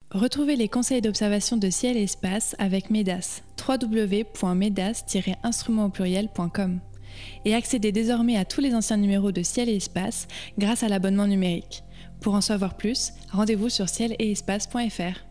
Retrouvez les conseils d'observation de ciel et espace avec MEDAS, www.medas-instrument-au-pluriel.com. Et accédez désormais à tous les anciens numéros de Ciel et Espace grâce à l'abonnement numérique. Pour en savoir plus, rendez-vous sur ciel-et-espace.fr.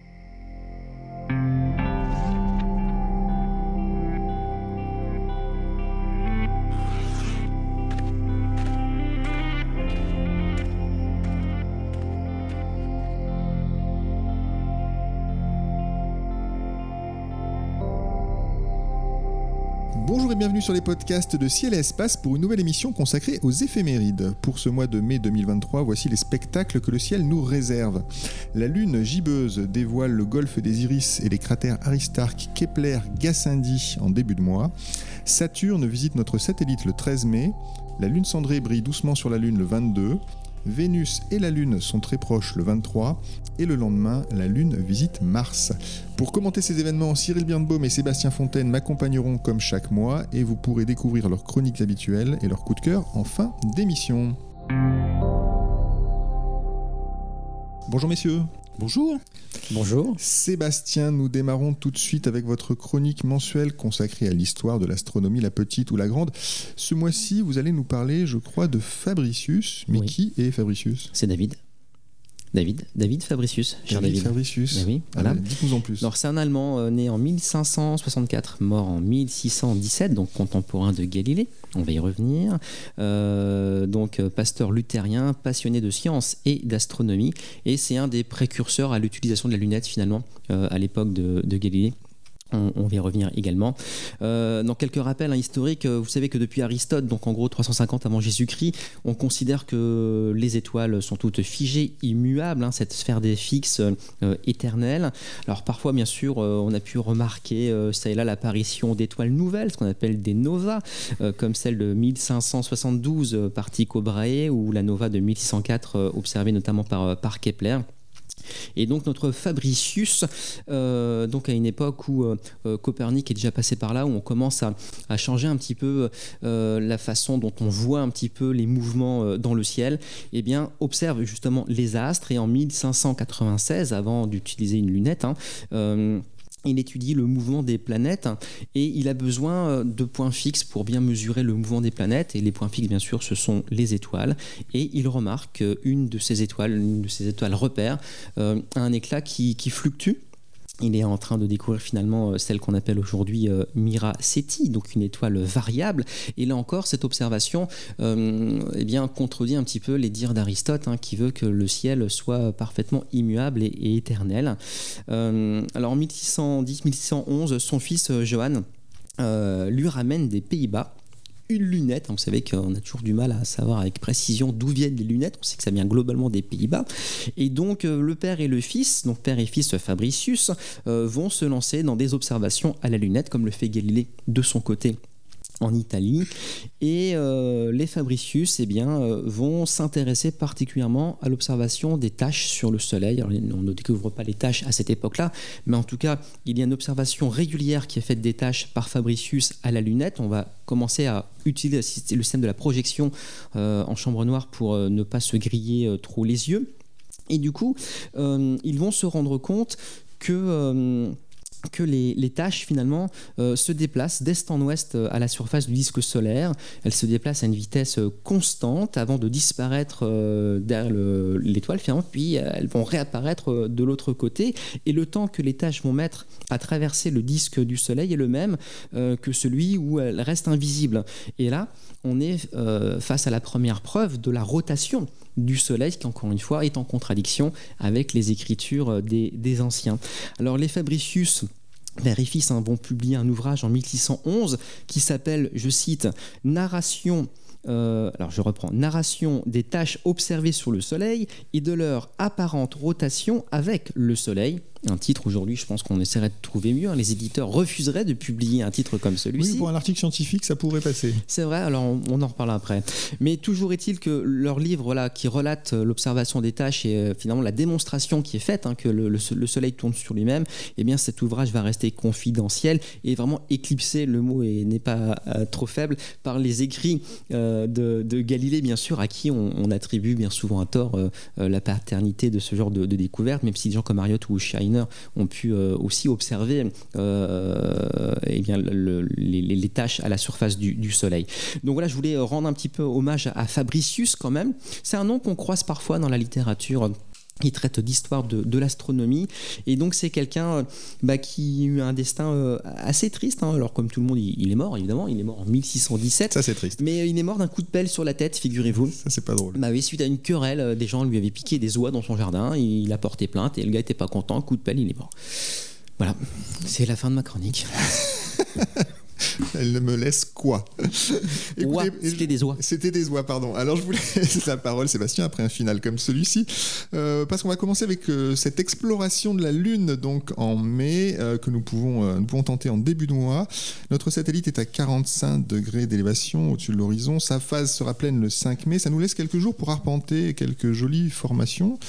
Bonjour et bienvenue sur les podcasts de Ciel et Espace pour une nouvelle émission consacrée aux éphémérides. Pour ce mois de mai 2023, voici les spectacles que le ciel nous réserve. La lune gibbeuse dévoile le golfe des Iris et les cratères Aristarque, Kepler, Gassendi en début de mois. Saturne visite notre satellite le 13 mai. La lune cendrée brille doucement sur la lune le 22. Vénus et la Lune sont très proches le 23 et le lendemain, la Lune visite Mars. Pour commenter ces événements, Cyril Birnbaum et Sébastien Fontaine m'accompagneront comme chaque mois et vous pourrez découvrir leurs chroniques habituelles et leurs coups de cœur en fin d'émission. Bonjour messieurs. Bonjour. Bonjour. Sébastien, nous démarrons tout de suite avec votre chronique mensuelle consacrée à l'histoire de l'astronomie, la petite ou la grande. Ce mois-ci, vous allez nous parler, je crois, de Fabricius. Mais oui. Qui est Fabricius ? C'est David Fabricius. David Fabricius. Oui, voilà. Dites-nous en plus. Alors, c'est un Allemand né en 1564, mort en 1617, donc contemporain de Galilée. On va y revenir. Donc, pasteur luthérien, passionné de science et d'astronomie. Et c'est un des précurseurs à l'utilisation de la lunette, finalement, à l'époque de Galilée. On va y revenir également. Dans quelques rappels historiques, vous savez que depuis Aristote, donc en gros 350 avant Jésus-Christ, on considère que les étoiles sont toutes figées, immuables, cette sphère des fixes éternelle. Alors parfois, bien sûr, on a pu remarquer ça et là l'apparition d'étoiles nouvelles, ce qu'on appelle des novas, comme celle de 1572 par Tycho Brahe ou la nova de 1604 observée notamment par Kepler. Et donc notre Fabricius, donc à une époque où Copernic est déjà passé par là, où on commence à changer un petit peu la façon dont on voit un petit peu les mouvements dans le ciel, eh bien observe justement les astres. Et en 1596, avant d'utiliser une lunette, il étudie le mouvement des planètes et il a besoin de points fixes pour bien mesurer le mouvement des planètes. Et les points fixes, bien sûr, ce sont les étoiles. Et il remarque une de ces étoiles repère, a un éclat qui fluctue. Il est en train de découvrir finalement celle qu'on appelle aujourd'hui Mira Ceti, donc une étoile variable. Et là encore, cette observation contredit un petit peu les dires d'Aristote, qui veut que le ciel soit parfaitement immuable et éternel. Alors en 1610-1611, son fils Johann lui ramène des Pays-Bas une lunette. Vous savez qu'on a toujours du mal à savoir avec précision d'où viennent les lunettes. On sait que ça vient globalement des Pays-Bas. Et donc le père et le fils, donc père et fils Fabricius, vont se lancer dans des observations à la lunette, comme le fait Galilée de son côté en Italie. Et les Fabricius vont s'intéresser particulièrement à l'observation des taches sur le Soleil. Alors, on ne découvre pas les taches à cette époque-là, mais en tout cas, il y a une observation régulière qui est faite des taches par Fabricius à la lunette. On va commencer à utiliser le système de la projection en chambre noire pour ne pas se griller trop les yeux. Et du coup, ils vont se rendre compte que les taches finalement se déplacent d'est en ouest à la surface du disque solaire. Elles se déplacent à une vitesse constante avant de disparaître derrière l'étoile finalement, puis elles vont réapparaître de l'autre côté. Et le temps que les taches vont mettre à traverser le disque du soleil est le même que celui où elles restent invisibles. Et là, on est face à la première preuve de la rotation du Soleil, qui encore une fois est en contradiction avec les écritures des anciens. Alors les Fabricius, père et fils, vont publier un ouvrage en 1611 qui s'appelle, je cite, Narration des tâches observées sur le Soleil et de leur apparente rotation avec le Soleil. un titre aujourd'hui, je pense qu'on essaierait de trouver mieux. Les éditeurs refuseraient de publier un titre comme celui-ci. Oui, pour un article scientifique, ça pourrait passer. C'est vrai, alors on en reparlera après. Mais toujours est-il que leur livre qui relate l'observation des tâches et finalement la démonstration qui est faite, que le Soleil tourne sur lui-même, eh bien cet ouvrage va rester confidentiel et vraiment éclipsé, le mot n'est pas trop faible, par les écrits de Galilée, bien sûr, à qui on attribue bien souvent à tort la paternité de ce genre de découverte, même si des gens comme Harriot ou Scheiner ont pu aussi observer eh bien, les tâches à la surface du Soleil. Donc voilà, je voulais rendre un petit peu hommage à Fabricius quand même. C'est un nom qu'on croise parfois dans la littérature. Il traite d'histoire de l'astronomie et donc c'est quelqu'un qui a eu un destin assez triste. Alors comme tout le monde, il est mort évidemment, il est mort en 1617. Ça c'est triste. Mais il est mort d'un coup de pelle sur la tête, figurez-vous. Ça c'est pas drôle. Oui, suite à une querelle, des gens lui avaient piqué des oies dans son jardin, il a porté plainte et le gars était pas content, coup de pelle, il est mort. Voilà, c'est la fin de ma chronique. Elle ne me laisse quoi? Écoutez, c'était des oies. C'était des oies, pardon. Alors je vous laisse la parole, Sébastien, après un final comme celui-ci, parce qu'on va commencer avec cette exploration de la Lune, donc en mai, que nous pouvons tenter en début de mois. Notre satellite est à 45 degrés d'élévation au-dessus de l'horizon. Sa phase sera pleine le 5 mai. Ça nous laisse quelques jours pour arpenter quelques jolies formations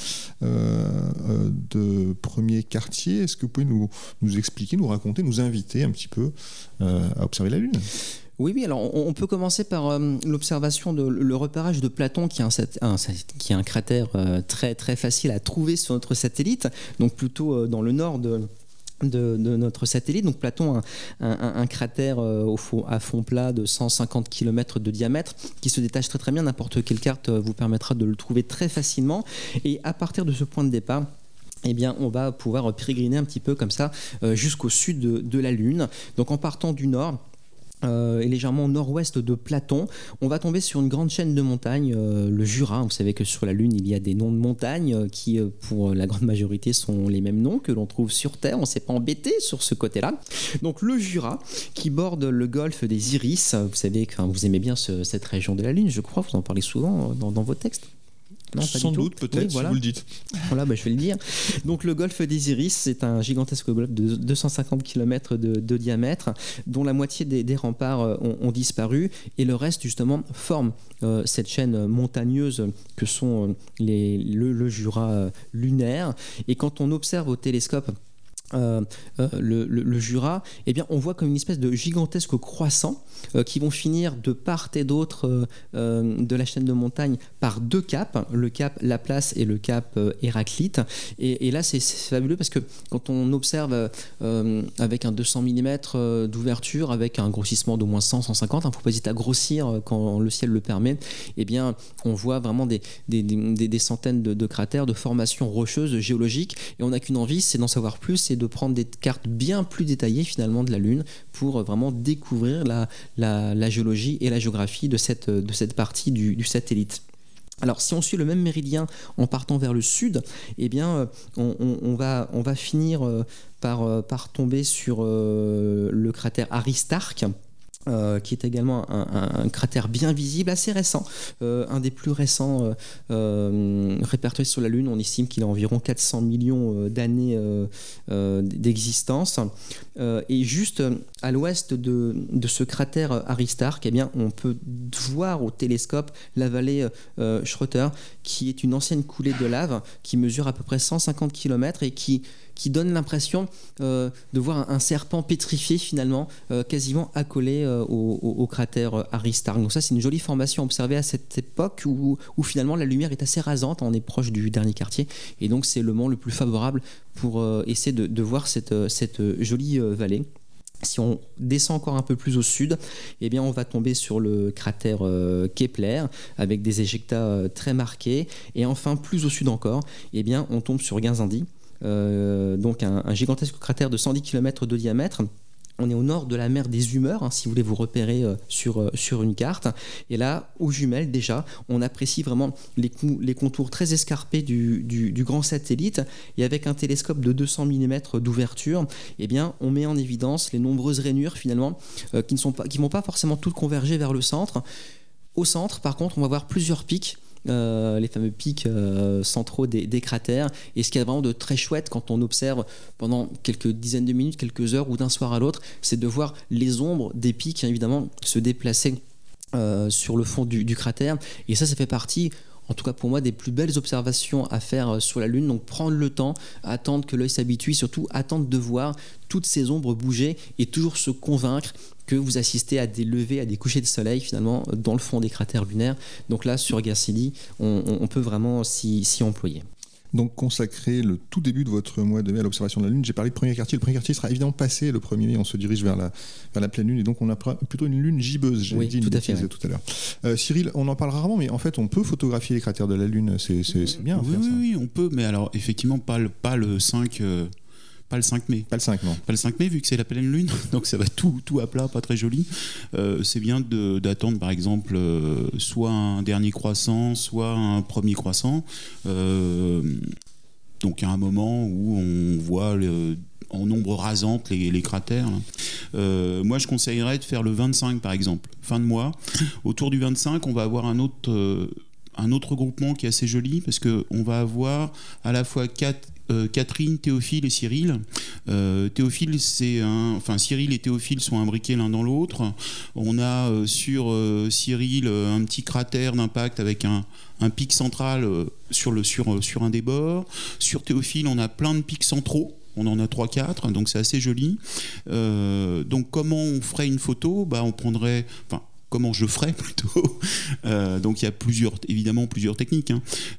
de premiers quartiers. Est-ce que vous pouvez nous expliquer, nous raconter, nous inviter un petit peu à observer la Lune? Oui, alors on peut commencer par l'observation le repérage de Platon, qui est un cratère très, très facile à trouver sur notre satellite, donc plutôt dans le nord de notre satellite. Donc Platon a un cratère à fond plat de 150 km de diamètre qui se détache très très bien. N'importe quelle carte vous permettra de le trouver très facilement. Et à partir de ce point de départ, eh bien, on va pouvoir pérégriner un petit peu comme ça jusqu'au sud de la Lune. Donc en partant du nord, et légèrement au nord-ouest de Platon, on va tomber sur une grande chaîne de montagnes, le Jura. Vous savez que sur la Lune, il y a des noms de montagnes qui, pour la grande majorité, sont les mêmes noms que l'on trouve sur Terre. On ne s'est pas embêté sur ce côté-là. Donc le Jura, qui borde le golfe des Iris. Vous savez que vous aimez bien cette région de la Lune, je crois, vous en parlez souvent dans vos textes. Non, sans doute, peut-être, oui, voilà. Si vous le dites. Voilà, je vais le dire. Donc le golfe des Iris, c'est un gigantesque golfe de 250 km de diamètre, dont la moitié des remparts ont disparu, et le reste, justement, forme cette chaîne montagneuse que sont le Jura lunaire. Et quand on observe au télescope le Jura, eh bien, on voit comme une espèce de gigantesque croissant qui vont finir de part et d'autre de la chaîne de montagne par deux caps, le cap Laplace et le cap Héraclite. Et là, c'est fabuleux parce que quand on observe avec un 200 mm d'ouverture, avec un grossissement d'au moins 100-150, il ne faut pas hésiter à grossir quand le ciel le permet, eh bien, on voit vraiment des centaines de cratères, de formations rocheuses, géologiques, et on n'a qu'une envie, c'est d'en savoir plus et de prendre des cartes bien plus détaillées finalement de la Lune pour vraiment découvrir la géologie et la géographie de cette partie du satellite. Alors si on suit le même méridien en partant vers le sud, eh bien on va finir par tomber sur le cratère Aristarque, qui est également un cratère bien visible, assez récent, un des plus récents répertoriés sur la Lune. On estime qu'il a environ 400 millions d'années d'existence. Et juste à l'ouest de ce cratère Aristarque, eh bien, on peut voir au télescope la vallée Schroeter, qui est une ancienne coulée de lave qui mesure à peu près 150 km et qui donne l'impression de voir un serpent pétrifié finalement, quasiment accolé au cratère Aristarque. Donc ça, c'est une jolie formation observée à cette époque où finalement la lumière est assez rasante, on est proche du dernier quartier, et donc c'est le moment le plus favorable pour essayer de voir cette jolie vallée. Si on descend encore un peu plus au sud, eh bien on va tomber sur le cratère Kepler avec des éjectats très marqués, et enfin plus au sud encore, eh bien on tombe sur Guinzandi. Donc un gigantesque cratère de 110 km de diamètre. On est au nord de la mer des Humeurs, si vous voulez vous repérer sur une carte. Et là, aux jumelles, déjà, on apprécie vraiment les contours très escarpés du grand satellite. Et avec un télescope de 200 mm d'ouverture, eh bien, on met en évidence les nombreuses rainures, finalement, qui ne vont pas forcément toutes converger vers le centre. Au centre, par contre, on va voir plusieurs pics les fameux pics centraux des cratères. Et ce qu'il y a vraiment de très chouette quand on observe pendant quelques dizaines de minutes, quelques heures ou d'un soir à l'autre, c'est de voir les ombres des pics, évidemment, se déplacer sur le fond du cratère. Et ça fait partie, en tout cas pour moi, des plus belles observations à faire sur la Lune. Donc prendre le temps, attendre que l'œil s'habitue, surtout attendre de voir toutes ces ombres bouger et toujours se convaincre que vous assistez à des levées, à des couchers de soleil finalement dans le fond des cratères lunaires. Donc là, sur Cassini, on peut vraiment s'y employer. Donc consacrer le tout début de votre mois de mai à l'observation de la Lune. J'ai parlé de premier quartier. Le premier quartier sera évidemment passé le 1er mai. On se dirige vers la pleine Lune et donc on a plutôt une Lune gibbeuse. J'ai dit tout à fait, tout à l'heure. Cyril, on en parle rarement, mais en fait on peut photographier les cratères de la Lune. C'est bien à faire ça. Oui, on peut, mais alors effectivement pas le 5... Pas le 5 mai. Pas le 5, non. Pas le 5 mai, vu que c'est la pleine lune, donc ça va tout à plat, pas très joli. C'est bien d'attendre, par exemple, soit un dernier croissant, soit un premier croissant. Donc, il y a un moment où on voit en nombre rasante les cratères. Moi, je conseillerais de faire le 25, par exemple, fin de mois. Autour du 25, on va avoir un autre regroupement qui est assez joli, parce qu'on va avoir à la fois Catherine, Théophile et Cyril. Théophile, Cyril et Théophile sont imbriqués l'un dans l'autre. On a sur Cyril un petit cratère d'impact avec un pic central sur un des bords. Sur Théophile, on a plein de pics centraux. On en a 3-4, donc c'est assez joli. Donc comment on ferait une photo ? On prendrait... comment je ferais plutôt. Donc il y a évidemment plusieurs techniques.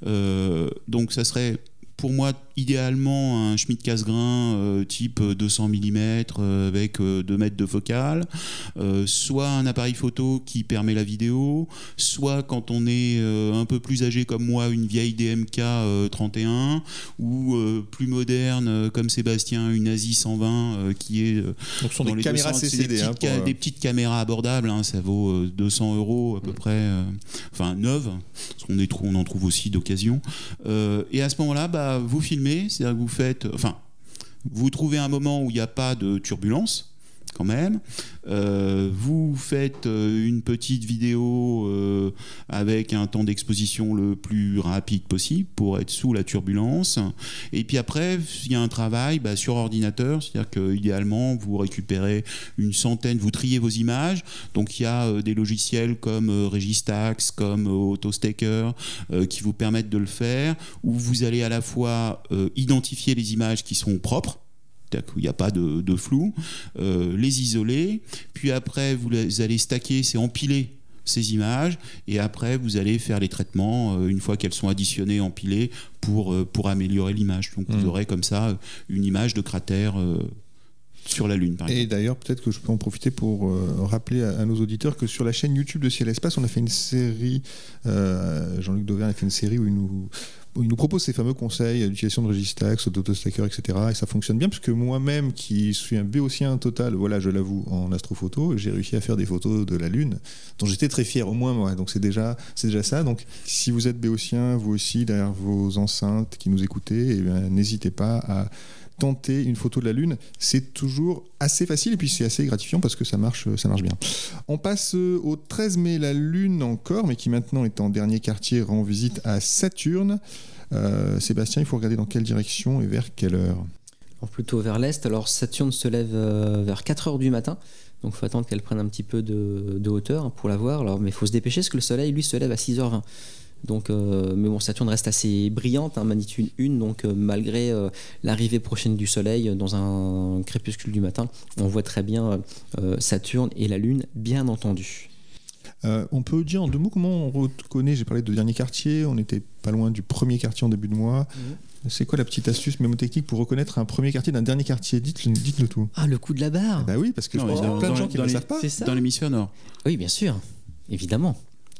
Donc ça serait pour moi idéalement un Schmidt Cassegrain type 200 mm avec 2 mètres de focale, soit un appareil photo qui permet la vidéo, soit quand on est un peu plus âgé comme moi, une vieille DMK 31, ou plus moderne comme Sébastien, une ASI 100-20 qui est donc ce sont des caméras CCD, des petites caméras abordables, ça vaut 200 € à peu près, neuves, parce qu'on en trouve aussi d'occasion, et à ce moment-là vous filmez, c'est-à-dire que vous trouvez un moment où il n'y a pas de turbulence quand même, vous faites une petite vidéo avec un temps d'exposition le plus rapide possible pour être sous la turbulence, et puis après il y a un travail sur ordinateur, c'est-à-dire que idéalement vous récupérez une centaine, vous triez vos images, donc il y a des logiciels comme Registax, comme AutoStaker qui vous permettent de le faire, où vous allez à la fois identifier les images qui sont propres, il n'y a pas de flou, les isoler, puis après vous allez stacker, c'est empiler ces images, et après vous allez faire les traitements une fois qu'elles sont additionnées, empilées, pour améliorer l'image. Donc vous aurez comme ça une image de cratère sur la Lune, par exemple. Et d'ailleurs, peut-être que je peux en profiter pour rappeler à nos auditeurs que sur la chaîne YouTube de Ciel Espace, on a fait une série, Jean-Luc Dauvergne a fait une série où il nous propose ces fameux conseils d'utilisation de Registax, d'AutoStaker, etc. Et ça fonctionne bien, parce que moi-même, qui suis un béotien total, voilà, je l'avoue, en astrophoto, j'ai réussi à faire des photos de la Lune, dont j'étais très fier, au moins moi. Donc c'est déjà ça. Donc si vous êtes béotien, vous aussi, derrière vos enceintes qui nous écoutez, n'hésitez pas à tenter une photo de la Lune. C'est toujours assez facile et puis c'est assez gratifiant parce que ça marche bien. On passe au 13 mai, la Lune encore, mais qui maintenant est en dernier quartier, rend visite à Saturne. Sébastien, il faut regarder dans quelle direction et vers quelle heure ? Alors plutôt vers l'est. Alors Saturne se lève vers 4h du matin. Donc il faut attendre qu'elle prenne un petit peu de hauteur pour la voir. Alors, mais il faut se dépêcher parce que le soleil, lui, se lève à 6h20. Donc, mais bon, Saturne reste assez brillante, magnitude 1, donc malgré l'arrivée prochaine du Soleil dans un crépuscule du matin, on voit très bien Saturne et la Lune, bien entendu. On peut dire en 2 mots comment on reconnaît, j'ai parlé de dernier quartier, on n'était pas loin du premier quartier en début de mois. C'est quoi la petite astuce mémotechnique pour reconnaître un premier quartier d'un dernier quartier ? Dites-le tout. Ah, le coup de la barre. Bah oui, parce que je pense qu'il y a plein de gens qui ne le savent pas. Dans l'hémisphère nord. Oui, bien sûr, évidemment.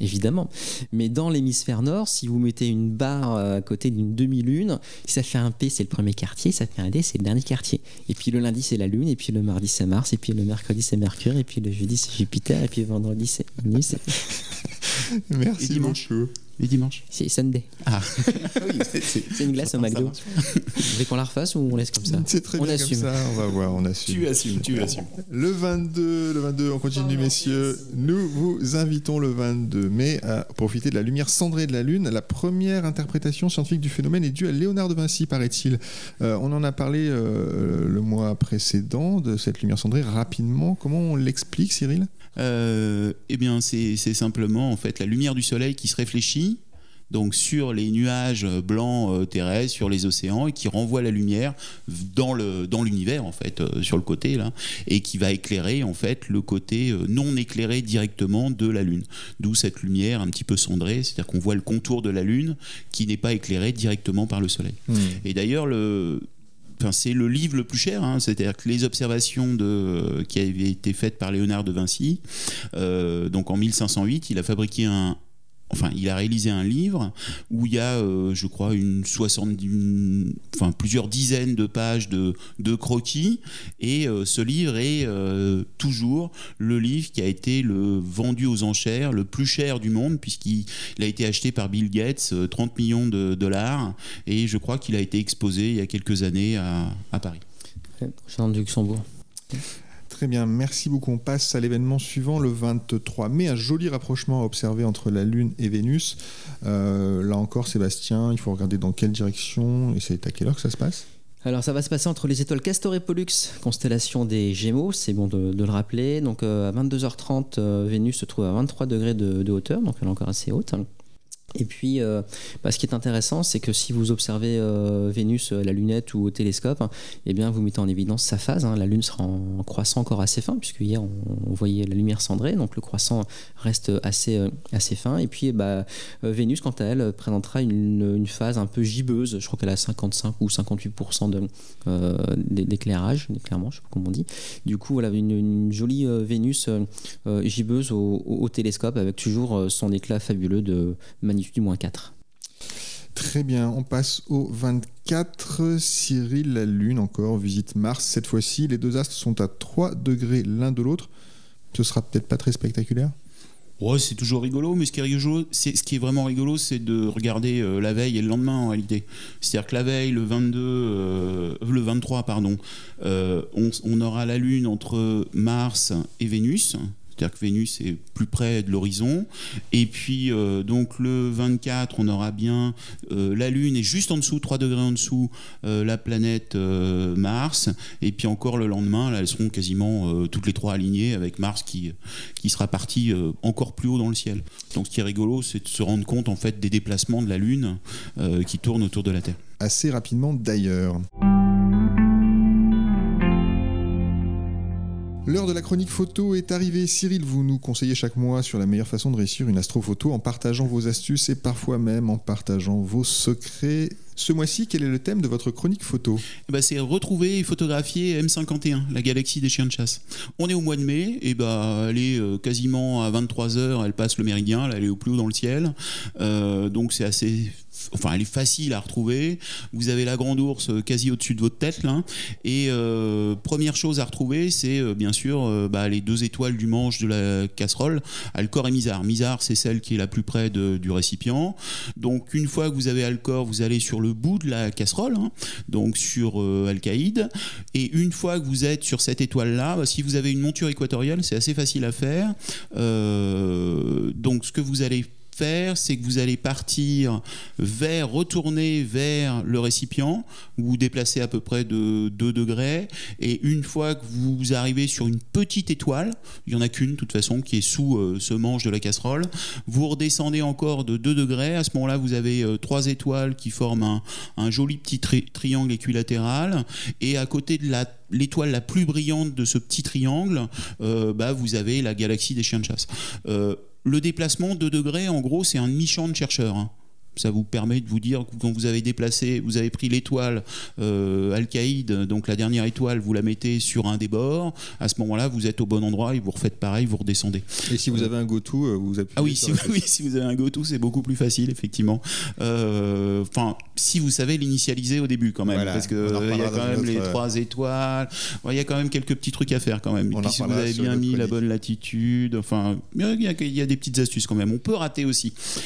Mais dans l'hémisphère nord, si vous mettez une barre à côté d'une demi-lune, si ça fait un P, c'est le premier quartier, ça fait un D, c'est le dernier quartier. Et puis le lundi, c'est la Lune, et puis le mardi, c'est Mars, et puis le mercredi, c'est Mercure, et puis le jeudi, c'est Jupiter, et puis le vendredi, c'est Vénus. Merci beaucoup. Les dimanches. C'est Sunday. Ah, oui, C'est une glace au McDo. Vous voulez qu'on la refasse ou on laisse comme ça? C'est très On bien assume. comme ça, on va voir, on assume. Tu assumes. Le 22, on continue, messieurs. Nous vous invitons le 22 mai à profiter de la lumière cendrée de la Lune. La première interprétation scientifique du phénomène est due à Léonard de Vinci, paraît-il. On en a parlé le mois précédent de cette lumière cendrée. Rapidement, comment on l'explique, Cyril ? Eh bien, c'est simplement en fait la lumière du soleil qui se réfléchit donc sur les nuages blancs terrestres, sur les océans, et qui renvoie la lumière dans l'univers en fait, sur le côté là, et qui va éclairer en fait le côté non éclairé directement de la Lune. D'où cette lumière un petit peu cendrée, c'est-à-dire qu'on voit le contour de la Lune qui n'est pas éclairé directement par le soleil. Et d'ailleurs c'est le livre le plus cher, c'est-à-dire que les observations qui avaient été faites par Léonard de Vinci, donc en 1508, il a réalisé un livre où il y a, je crois, plusieurs dizaines de pages de croquis, et ce livre est toujours le livre qui a été vendu aux enchères le plus cher du monde, puisqu'il a été acheté par Bill Gates, 30 millions de dollars, et je crois qu'il a été exposé il y a quelques années à Paris. Jardin du Luxembourg. Très bien, merci beaucoup. On passe à l'événement suivant, le 23 mai. Un joli rapprochement à observer entre la Lune et Vénus. Là encore, Sébastien, il faut regarder dans quelle direction et c'est à quelle heure que ça se passe ? Alors ça va se passer entre les étoiles Castor et Pollux, constellation des Gémeaux, c'est bon de le rappeler. Donc à 22h30, Vénus se trouve à 23 degrés de hauteur, donc elle est encore assez haute. Et puis, ce qui est intéressant, c'est que si vous observez Vénus à la lunette ou au télescope, eh bien, vous mettez en évidence sa phase. La Lune sera en croissant encore assez fin, puisque hier, on voyait la lumière cendrée, donc le croissant reste assez fin. Et puis, Vénus, quant à elle, présentera une phase un peu gibbeuse. Je crois qu'elle a 55 ou 58% d'éclairage, d'éclairement, je ne sais pas comment on dit. Du coup, voilà, une jolie Vénus gibbeuse au télescope, avec toujours son éclat fabuleux de magnitude du -4. Très bien, on passe au 24. Cyril, la Lune encore, visite Mars. Cette fois-ci, les deux astres sont à 3 degrés l'un de l'autre. Ce sera peut-être pas très spectaculaire ? Ouais, c'est toujours rigolo, mais ce qui est vraiment rigolo, c'est de regarder la veille et le lendemain en réalité. C'est-à-dire que la veille, le 23, on aura la Lune entre Mars et Vénus. C'est-à-dire que Vénus est plus près de l'horizon. Et puis, donc le 24, on aura bien la Lune est juste en dessous, 3 degrés en dessous, la planète Mars. Et puis encore le lendemain, là, elles seront quasiment toutes les trois alignées, avec Mars qui sera parti encore plus haut dans le ciel. Donc ce qui est rigolo, c'est de se rendre compte en fait des déplacements de la Lune qui tourne autour de la Terre. Assez rapidement d'ailleurs. L'heure de la chronique photo est arrivée. Cyril, vous nous conseillez chaque mois sur la meilleure façon de réussir une astrophoto en partageant vos astuces et parfois même en partageant vos secrets. Ce mois-ci, quel est le thème de votre chronique photo ? C'est retrouver et photographier M51, la galaxie des chiens de chasse. On est au mois de mai, et elle est quasiment à 23h, elle passe le méridien, là, elle est au plus haut dans le ciel. Donc c'est assez... elle est facile à retrouver. Vous avez la grande ours quasi au-dessus de votre tête là. Et première chose à retrouver, c'est bien sûr les 2 étoiles du manche de la casserole, Alcor et Mizar. Mizar, c'est celle qui est la plus près du récipient. Donc une fois que vous avez Alcor, vous allez sur le bout de la casserole, donc sur Alcaïde. Et une fois que vous êtes sur cette étoile-là, si vous avez une monture équatoriale, c'est assez facile à faire. Donc ce que vous allez faire, c'est que vous allez retourner vers le récipient, vous déplacez à peu près de 2 degrés, et une fois que vous arrivez sur une petite étoile, il n'y en a qu'une de toute façon qui est sous ce manche de la casserole, vous redescendez encore de 2 degrés, à ce moment-là vous avez 3 étoiles qui forment un joli petit triangle équilatéral, et à côté de l'étoile la plus brillante de ce petit triangle, vous avez la galaxie des chiens de chasse. Le déplacement 2 degrés, en gros, c'est un demi-champ de chercheur. Ça vous permet de vous dire que quand vous avez pris l'étoile Alcaïde, donc la dernière étoile, vous la mettez sur un des bords. À ce moment-là, vous êtes au bon endroit et vous refaites pareil, vous redescendez. Et si vous avez un go-to, vous appuyez si vous avez un go-to, c'est beaucoup plus facile, effectivement. Si vous savez l'initialiser au début, quand même, voilà, parce que il y a quand même les 3 étoiles. Il y a quand même quelques petits trucs à faire, quand même. Et puis si vous avez bien mis la bonne latitude, il y a des petites astuces quand même. On peut rater aussi.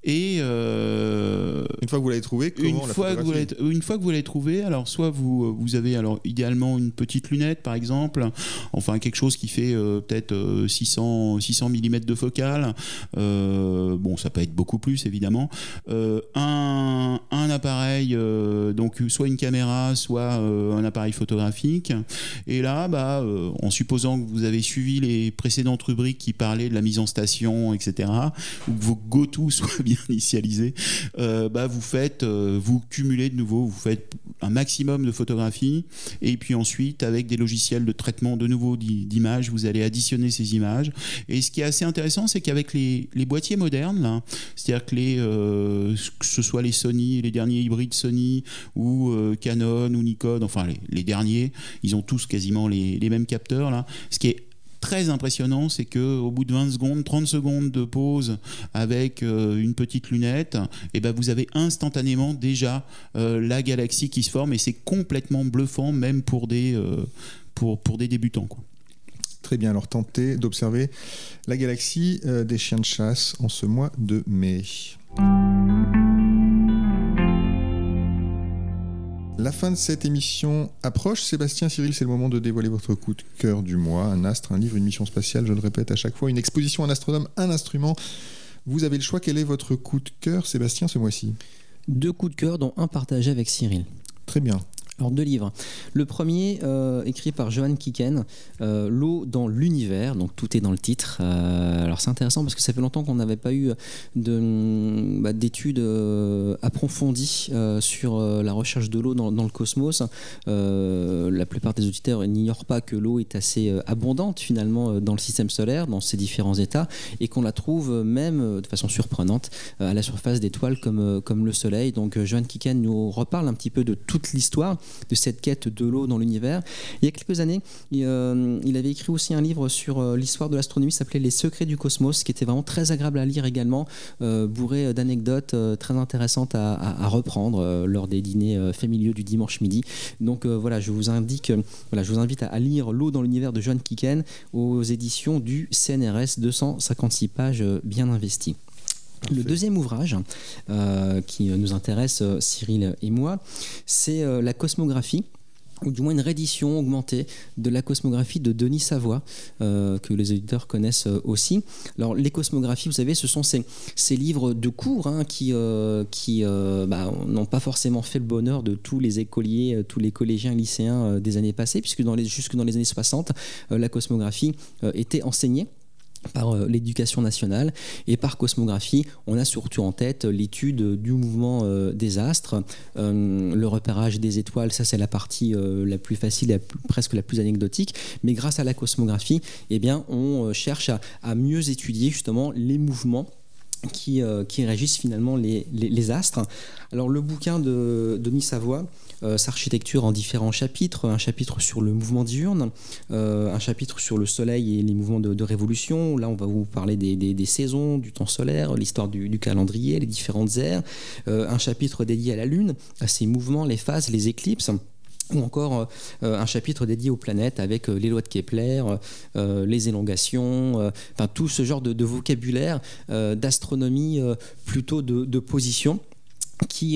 Et une fois que vous l'avez trouvé, comment la photographier ? Une fois que vous l'avez trouvé, alors soit vous avez alors idéalement une petite lunette par exemple, enfin quelque chose qui fait peut-être 600 mm de focale. Bon, ça peut être beaucoup plus évidemment. Un appareil, donc soit une caméra, soit un appareil photographique. Et là, en supposant que vous avez suivi les précédentes rubriques qui parlaient de la mise en station, etc., ou que vos go-to soient bien initialisés, vous cumulez de nouveau, vous faites un maximum de photographies, et puis ensuite, avec des logiciels de traitement de nouveau d'images, vous allez additionner ces images. Et ce qui est assez intéressant, c'est qu'avec les boîtiers modernes, là, c'est-à-dire que que ce soit les Sony, les derniers hybrides Sony, ou Canon, ou Nikon, enfin les derniers, ils ont tous quasiment les mêmes capteurs, là. Ce qui est très impressionnant, c'est qu'au bout de 20 secondes, 30 secondes de pause avec une petite lunette, et vous avez instantanément déjà la galaxie qui se forme, et c'est complètement bluffant, même pour des débutants, quoi. Très bien, alors tentez d'observer la galaxie des chiens de chasse en ce mois de mai. La fin de cette émission approche. Sébastien, Cyril, c'est le moment de dévoiler votre coup de cœur du mois. Un astre, un livre, une mission spatiale, je le répète à chaque fois, une exposition, un astronome, un instrument. Vous avez le choix. Quel est votre coup de cœur, Sébastien, ce mois-ci ? 2 coups de cœur, dont un partagé avec Cyril. Très bien. Alors 2 livres. Le premier, écrit par Johan Kieken, L'eau dans l'univers, donc tout est dans le titre. Alors c'est intéressant parce que ça fait longtemps qu'on n'avait pas eu d'études approfondies sur la recherche de l'eau dans le cosmos. La plupart des auditeurs n'ignorent pas que l'eau est assez abondante finalement dans le système solaire, dans ses différents états, et qu'on la trouve même de façon surprenante à la surface d'étoiles comme le Soleil. Donc Johan Kieken nous reparle un petit peu de toute l'histoire de cette quête de l'eau dans l'univers. Il y a quelques années, il avait écrit aussi un livre sur l'histoire de l'astronomie qui s'appelait Les secrets du cosmos, qui était vraiment très agréable à lire également, bourré d'anecdotes très intéressantes à reprendre lors des dîners familiaux du dimanche midi. Donc je vous invite à lire L'eau dans l'univers de Johan Kieken aux éditions du CNRS, 256 pages bien investies. Le deuxième ouvrage qui nous intéresse, Cyril et moi, c'est la cosmographie, ou du moins une réédition augmentée de la cosmographie de Denis Savoie, que les auditeurs connaissent aussi. Alors les cosmographies, vous savez, ce sont ces livres de cours qui n'ont pas forcément fait le bonheur de tous les écoliers, tous les collégiens, lycéens des années passées, puisque jusque dans les années 60, la cosmographie était enseignée par l'éducation nationale, et par cosmographie on a surtout en tête l'étude du mouvement des astres, le repérage des étoiles. Ça c'est la partie la plus facile, presque la plus anecdotique, mais grâce à la cosmographie on cherche à mieux étudier justement les mouvements qui régissent finalement les astres. Alors le bouquin de Denis Savoie s'architecture en différents chapitres, un chapitre sur le mouvement diurne, un chapitre sur le soleil et les mouvements de révolution. Là on va vous parler des saisons, du temps solaire, l'histoire du calendrier, les différentes ères, un chapitre dédié à la lune, à ses mouvements, les phases, les éclipses, ou encore un chapitre dédié aux planètes avec les lois de Kepler, les élongations, tout ce genre de vocabulaire d'astronomie plutôt de position, qui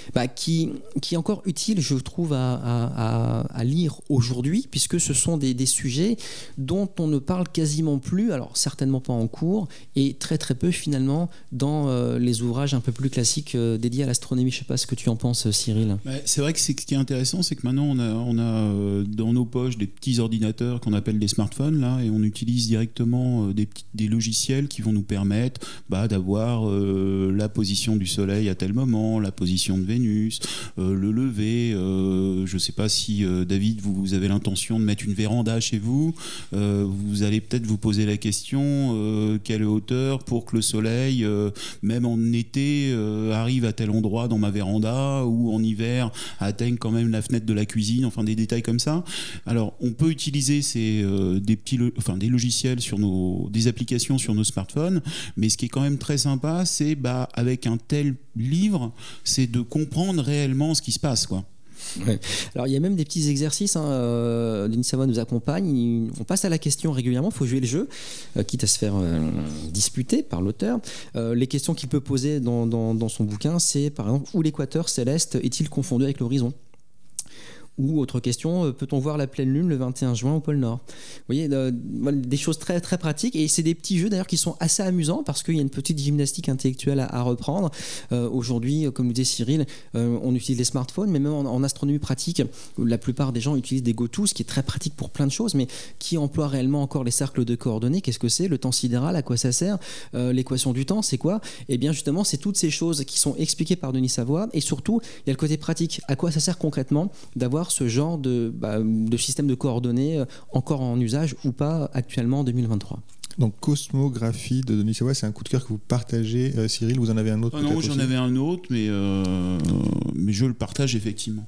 est encore utile, je trouve, à lire aujourd'hui, puisque ce sont des sujets dont on ne parle quasiment plus, alors certainement pas en cours, et très très peu finalement dans les ouvrages un peu plus classiques dédiés à l'astronomie. Je ne sais pas ce que tu en penses, Cyril. C'est vrai que ce qui est intéressant, c'est que maintenant on a dans nos poches des petits ordinateurs qu'on appelle des smartphones, là, et on utilise directement des logiciels qui vont nous permettre d'avoir la position du Soleil à tel moment, la position de Vénus, le lever. Je ne sais pas si, David, vous avez l'intention de mettre une véranda chez vous. Vous allez peut-être vous poser la question quelle hauteur pour que le soleil, même en été, arrive à tel endroit dans ma véranda, ou en hiver atteigne quand même la fenêtre de la cuisine, enfin des détails comme ça. Alors, on peut utiliser des logiciels des applications sur nos smartphones, mais ce qui est quand même très sympa, c'est avec un tel livre, c'est de comprendre réellement ce qui se passe, quoi. Ouais. Alors il y a même des petits exercices, Denis Savoie nous accompagne, on passe à la question régulièrement, il faut jouer le jeu, quitte à se faire disputer par l'auteur. Les questions qu'il peut poser dans son bouquin, c'est par exemple, où l'équateur céleste est-il confondu avec l'horizon ? Ou autre question, peut-on voir la pleine lune le 21 juin au pôle Nord ? Vous voyez, des choses très, très pratiques. Et c'est des petits jeux d'ailleurs qui sont assez amusants parce qu'il y a une petite gymnastique intellectuelle à reprendre. Aujourd'hui, comme nous disait Cyril, on utilise les smartphones, mais même en astronomie pratique, la plupart des gens utilisent des GoTo, ce qui est très pratique pour plein de choses, mais qui emploie réellement encore les cercles de coordonnées ? Qu'est-ce que c'est ? Le temps sidéral, à quoi ça sert ? L'équation du temps, c'est quoi ? Eh bien justement, c'est toutes ces choses qui sont expliquées par Denis Savoie. Et surtout, il y a le côté pratique. À quoi ça sert concrètement d'avoir ce genre de système de coordonnées encore en usage ou pas actuellement en 2023. Donc Cosmographie de Denis Savoie, c'est un coup de cœur que vous partagez. Cyril, vous en avez un autre ? Non, j'en avais un autre, mais je le partage effectivement.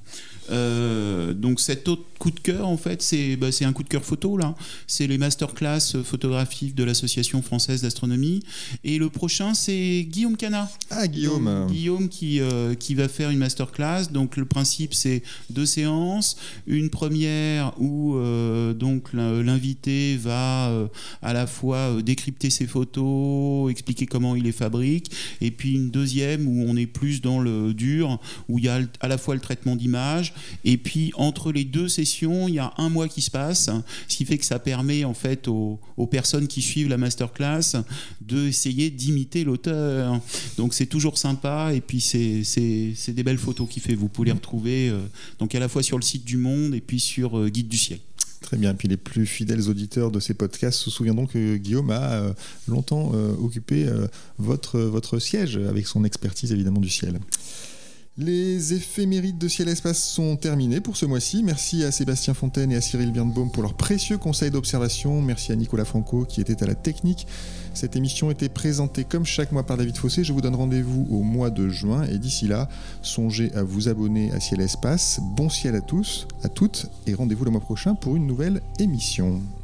Donc cet autre coup de cœur, en fait, c'est un coup de cœur photo là. C'est les masterclass photographiques de l'Association française d'astronomie. Et le prochain, c'est Guillaume Canard. Ah, Guillaume. Donc, Guillaume qui va faire une masterclass. Donc le principe, c'est 2 séances. Une première où donc l'invité va à la fois décrypter ses photos, expliquer comment il les fabrique, et puis une deuxième où on est plus dans le dur, où il y a à la fois le traitement d'image, et puis entre les 2 sessions, il y a 1 mois qui se passe, ce qui fait que ça permet en fait aux personnes qui suivent la masterclass d'essayer d'imiter l'auteur. Donc c'est toujours sympa, et puis c'est des belles photos qu'il fait. Vous pouvez les retrouver donc à la fois sur le site du Monde et puis sur Guide du Ciel. Très bien. Puis les plus fidèles auditeurs de ces podcasts se souviendront que Guillaume a longtemps occupé votre siège avec son expertise évidemment du ciel. Les éphémérides de Ciel et Espace sont terminées pour ce mois-ci. Merci à Sébastien Fontaine et à Cyril Birnbaum pour leurs précieux conseils d'observation. Merci à Nicolas Franco qui était à la technique. Cette émission était présentée comme chaque mois par David Fossé. Je vous donne rendez-vous au mois de juin et d'ici là, songez à vous abonner à Ciel et Espace. Bon ciel à tous, à toutes et rendez-vous le mois prochain pour une nouvelle émission.